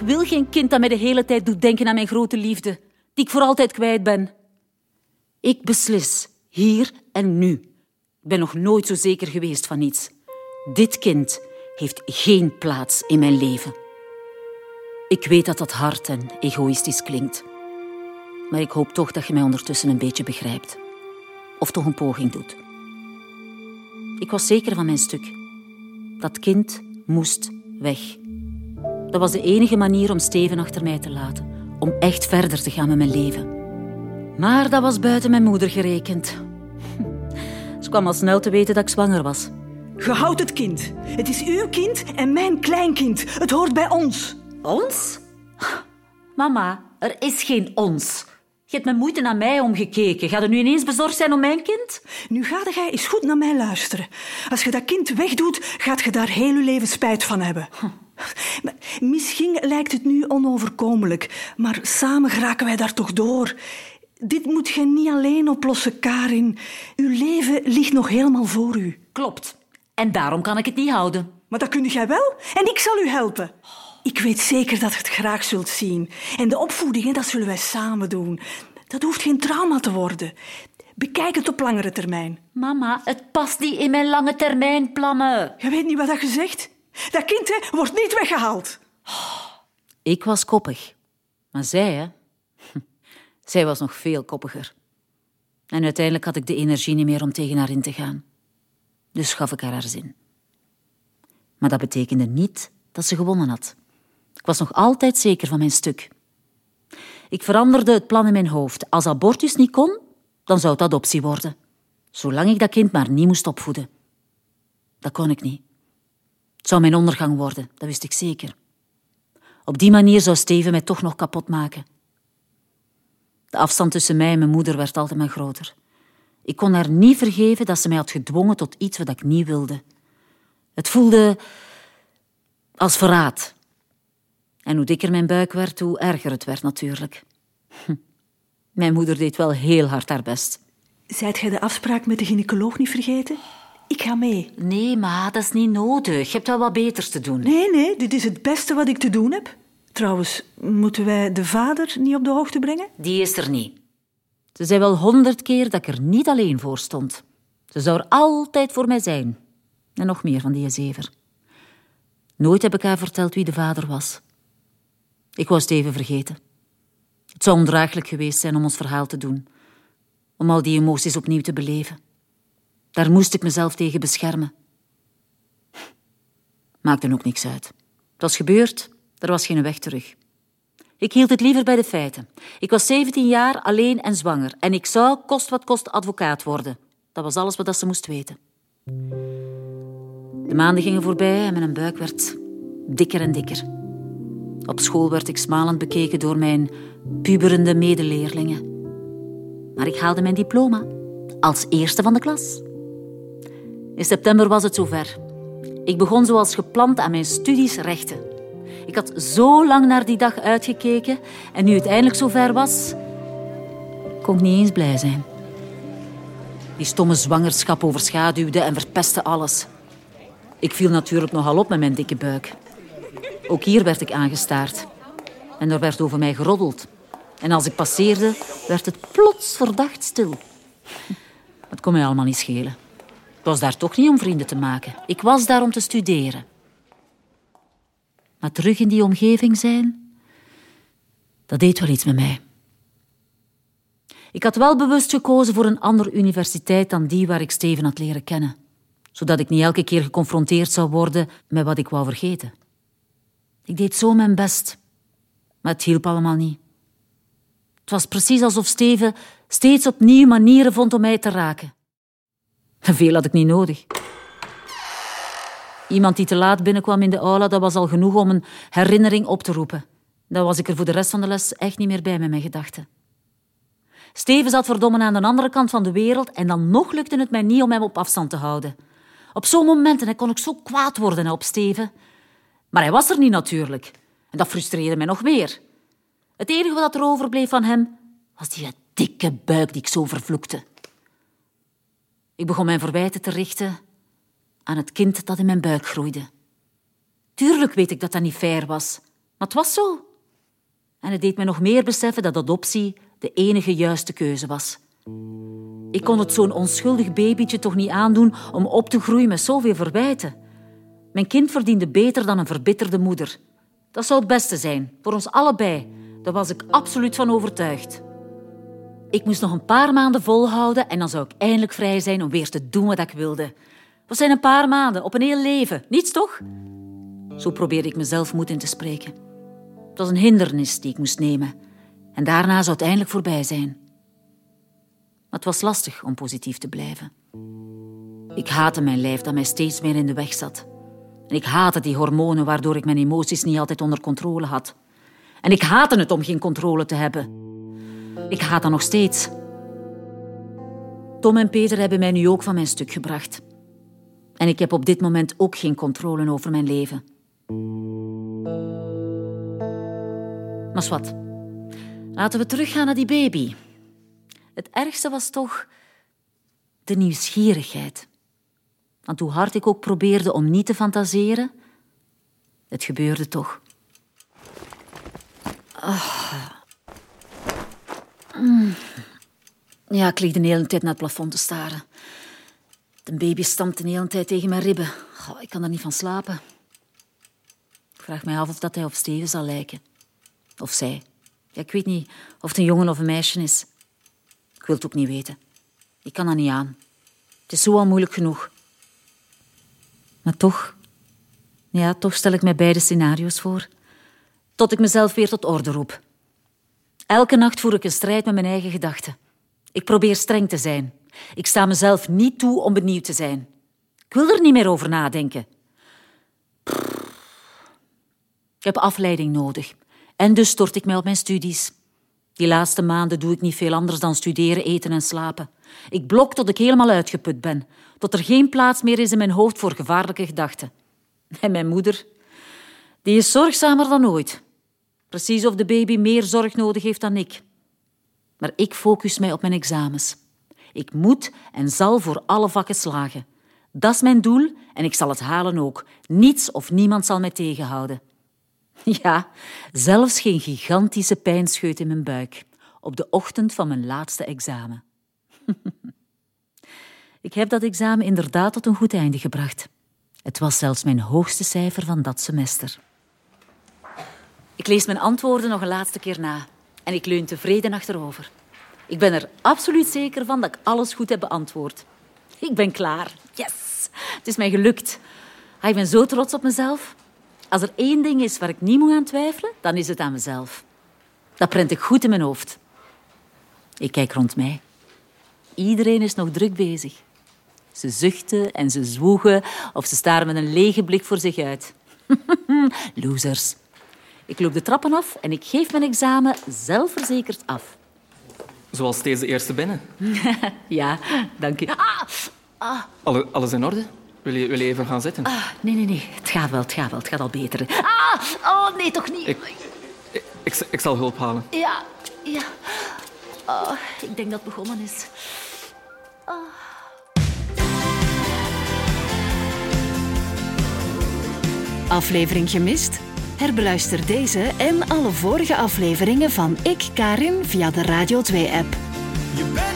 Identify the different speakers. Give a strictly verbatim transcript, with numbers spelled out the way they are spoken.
Speaker 1: wil geen kind dat mij de hele tijd doet denken aan mijn grote liefde, die ik voor altijd kwijt ben. Ik beslis, hier en nu. Ik ben nog nooit zo zeker geweest van iets. Dit kind heeft geen plaats in mijn leven. Ik weet dat dat hard en egoïstisch klinkt. Maar ik hoop toch dat je mij ondertussen een beetje begrijpt. Of toch een poging doet. Ik was zeker van mijn stuk. Dat kind moest weg. Dat was de enige manier om Steven achter mij te laten. Om echt verder te gaan met mijn leven. Maar dat was buiten mijn moeder gerekend. Ze kwam al snel te weten dat ik zwanger was.
Speaker 2: Je houdt het kind. Het is uw kind en mijn kleinkind. Het hoort bij ons.
Speaker 1: Ons? Mama, er is geen ons. Je hebt met moeite naar mij omgekeken. Ga je nu ineens bezorgd zijn om mijn kind?
Speaker 2: Nu ga jij eens goed naar mij luisteren. Als je dat kind wegdoet, gaat je daar heel je leven spijt van hebben. Hm. Misschien lijkt het nu onoverkomelijk, maar samen geraken wij daar toch door. Dit moet je niet alleen oplossen, Karin. Uw leven ligt nog helemaal voor u.
Speaker 1: Klopt. En daarom kan ik het niet houden.
Speaker 2: Maar dat kun jij wel. En ik zal u helpen. Ik weet zeker dat je het graag zult zien. En de opvoeding, dat zullen wij samen doen. Dat hoeft geen trauma te worden. Bekijk het op langere termijn.
Speaker 1: Mama, het past niet in mijn lange termijn plannen.
Speaker 2: Je weet niet wat dat je zegt? Dat kind hè, wordt niet weggehaald.
Speaker 1: Ik was koppig. Maar zij, hè? Zij was nog veel koppiger. En uiteindelijk had ik de energie niet meer om tegen haar in te gaan. Dus gaf ik haar haar zin. Maar dat betekende niet dat ze gewonnen had. Ik was nog altijd zeker van mijn stuk. Ik veranderde het plan in mijn hoofd. Als abortus niet kon, dan zou het adoptie worden. Zolang ik dat kind maar niet moest opvoeden. Dat kon ik niet. Het zou mijn ondergang worden, dat wist ik zeker. Op die manier zou Steven mij toch nog kapot maken. De afstand tussen mij en mijn moeder werd altijd maar groter. Ik kon haar niet vergeven dat ze mij had gedwongen tot iets wat ik niet wilde. Het voelde als verraad. En hoe dikker mijn buik werd, hoe erger het werd natuurlijk. Hm. Mijn moeder deed wel heel hard haar best.
Speaker 2: Zijt gij de afspraak met de gynaecoloog niet vergeten? Ik ga mee.
Speaker 1: Nee, ma, dat is niet nodig. Je hebt wel wat beters te doen.
Speaker 2: Nee, nee, dit is het beste wat ik te doen heb. Trouwens, moeten wij de vader niet op de hoogte brengen?
Speaker 1: Die is er niet. Ze zei wel honderd keer dat ik er niet alleen voor stond. Ze zou er altijd voor mij zijn. En nog meer van die zever. Nooit heb ik haar verteld wie de vader was. Ik wou Steven vergeten. Het zou ondraaglijk geweest zijn om ons verhaal te doen. Om al die emoties opnieuw te beleven. Daar moest ik mezelf tegen beschermen. Maakte ook niks uit. Het was gebeurd, er was geen weg terug. Ik hield het liever bij de feiten. Ik was zeventien jaar, alleen en zwanger. En ik zou, kost wat kost, advocaat worden. Dat was alles wat ze moest weten. De maanden gingen voorbij en mijn buik werd dikker en dikker. Op school werd ik smalend bekeken door mijn puberende medeleerlingen. Maar ik haalde mijn diploma als eerste van de klas. In september was het zover. Ik begon zoals gepland aan mijn studies rechten. Ik had zo lang naar die dag uitgekeken en nu het eindelijk zover was, kon ik niet eens blij zijn. Die stomme zwangerschap overschaduwde en verpestte alles. Ik viel natuurlijk nogal op met mijn dikke buik. Ook hier werd ik aangestaard. En er werd over mij geroddeld. En als ik passeerde, werd het plots verdacht stil. Het kon mij allemaal niet schelen. Ik was daar toch niet om vrienden te maken. Ik was daar om te studeren. Maar terug in die omgeving zijn, dat deed wel iets met mij. Ik had wel bewust gekozen voor een andere universiteit dan die waar ik Steven had leren kennen. Zodat ik niet elke keer geconfronteerd zou worden met wat ik wou vergeten. Ik deed zo mijn best, maar het hielp allemaal niet. Het was precies alsof Steven steeds opnieuw manieren vond om mij te raken. Veel had ik niet nodig. Iemand die te laat binnenkwam in de aula, dat was al genoeg om een herinnering op te roepen. Dan was ik er voor de rest van de les echt niet meer bij met mijn gedachten. Steven zat verdomme aan de andere kant van de wereld en dan nog lukte het mij niet om hem op afstand te houden. Op zo'n momenten kon ik zo kwaad worden op Steven. Maar hij was er niet natuurlijk. En dat frustreerde mij nog meer. Het enige wat er overbleef van hem was die dikke buik die ik zo vervloekte. Ik begon mijn verwijten te richten aan het kind dat in mijn buik groeide. Tuurlijk weet ik dat dat niet fair was, Maar het was zo. En het deed me nog meer beseffen dat adoptie de enige juiste keuze was. Ik kon het zo'n onschuldig babytje toch niet aandoen om op te groeien met zoveel verwijten. Mijn kind verdiende beter dan een verbitterde moeder. Dat zou het beste zijn, voor ons allebei. Daar was ik absoluut van overtuigd. Ik moest nog een paar maanden volhouden en dan zou ik eindelijk vrij zijn om weer te doen wat ik wilde. Dat zijn een paar maanden, op een heel leven. Niets toch? Zo probeerde ik mezelf moed in te spreken. Het was een hindernis die ik moest nemen. En daarna zou het eindelijk voorbij zijn. Maar het was lastig om positief te blijven. Ik haatte mijn lijf dat mij steeds meer in de weg zat. En ik haatte die hormonen waardoor ik mijn emoties niet altijd onder controle had. En ik haatte het om geen controle te hebben. Ik haat dat nog steeds. Tom en Peter hebben mij nu ook van mijn stuk gebracht. En ik heb op dit moment ook geen controle over mijn leven. Maar zwart, laten we teruggaan naar die baby. Het ergste was toch de nieuwsgierigheid. Want hoe hard ik ook probeerde om niet te fantaseren, het gebeurde toch. Oh. Mm. Ja, ik lig de hele tijd naar het plafond te staren. De baby stampt de hele tijd tegen mijn ribben. Oh, ik kan er niet van slapen. Ik vraag mij af of dat hij op Steven zal lijken. Of zij. Ja, ik weet niet of het een jongen of een meisje is. Ik wil het ook niet weten. Ik kan dat niet aan. Het is zo al moeilijk genoeg. Maar toch... Ja, toch stel ik mij beide scenario's voor. Tot ik mezelf weer tot orde roep. Elke nacht voer ik een strijd met mijn eigen gedachten. Ik probeer streng te zijn. Ik sta mezelf niet toe om benieuwd te zijn. Ik wil er niet meer over nadenken. Ik heb afleiding nodig. En dus stort ik mij op mijn studies. Die laatste maanden doe ik niet veel anders dan studeren, eten en slapen. Ik blok tot ik helemaal uitgeput ben. Tot er geen plaats meer is in mijn hoofd voor gevaarlijke gedachten. En mijn moeder, die is zorgzamer dan ooit. Precies of de baby meer zorg nodig heeft dan ik. Maar ik focus mij op mijn examens. Ik moet en zal voor alle vakken slagen. Dat is mijn doel en ik zal het halen ook. Niets of niemand zal mij tegenhouden. Ja, zelfs geen gigantische pijnscheut in mijn buik. Op de ochtend van mijn laatste examen. Ik heb dat examen inderdaad tot een goed einde gebracht. Het was zelfs mijn hoogste cijfer van dat semester. Ik lees mijn antwoorden nog een laatste keer na. En ik leun tevreden achterover. Ik ben er absoluut zeker van dat ik alles goed heb beantwoord. Ik ben klaar. Yes! Het is mij gelukt. Ah, ik ben zo trots op mezelf. Als er één ding is waar ik niet moet aan twijfelen, dan is het aan mezelf. Dat prent ik goed in mijn hoofd. Ik kijk rond mij. Iedereen is nog druk bezig. Ze zuchten en ze zwoegen of ze staren met een lege blik voor zich uit. Losers. Ik loop de trappen af en ik geef mijn examen zelfverzekerd af.
Speaker 3: Zoals steeds de eerste binnen.
Speaker 1: Ja, dank u. Ah!
Speaker 3: Ah. Alle, alles in orde? Wil je, wil je even gaan zitten?
Speaker 1: Ah, nee, nee, nee. Het gaat wel, het gaat wel. Het gaat al beter. Ah! Oh, nee, toch niet.
Speaker 3: Ik, ik, ik, ik zal hulp halen.
Speaker 1: Ja, ja. Oh, ik denk dat het begonnen is. Oh.
Speaker 4: Aflevering gemist? Herbeluister deze en alle vorige afleveringen van Ik, Karin via de Radio twee app.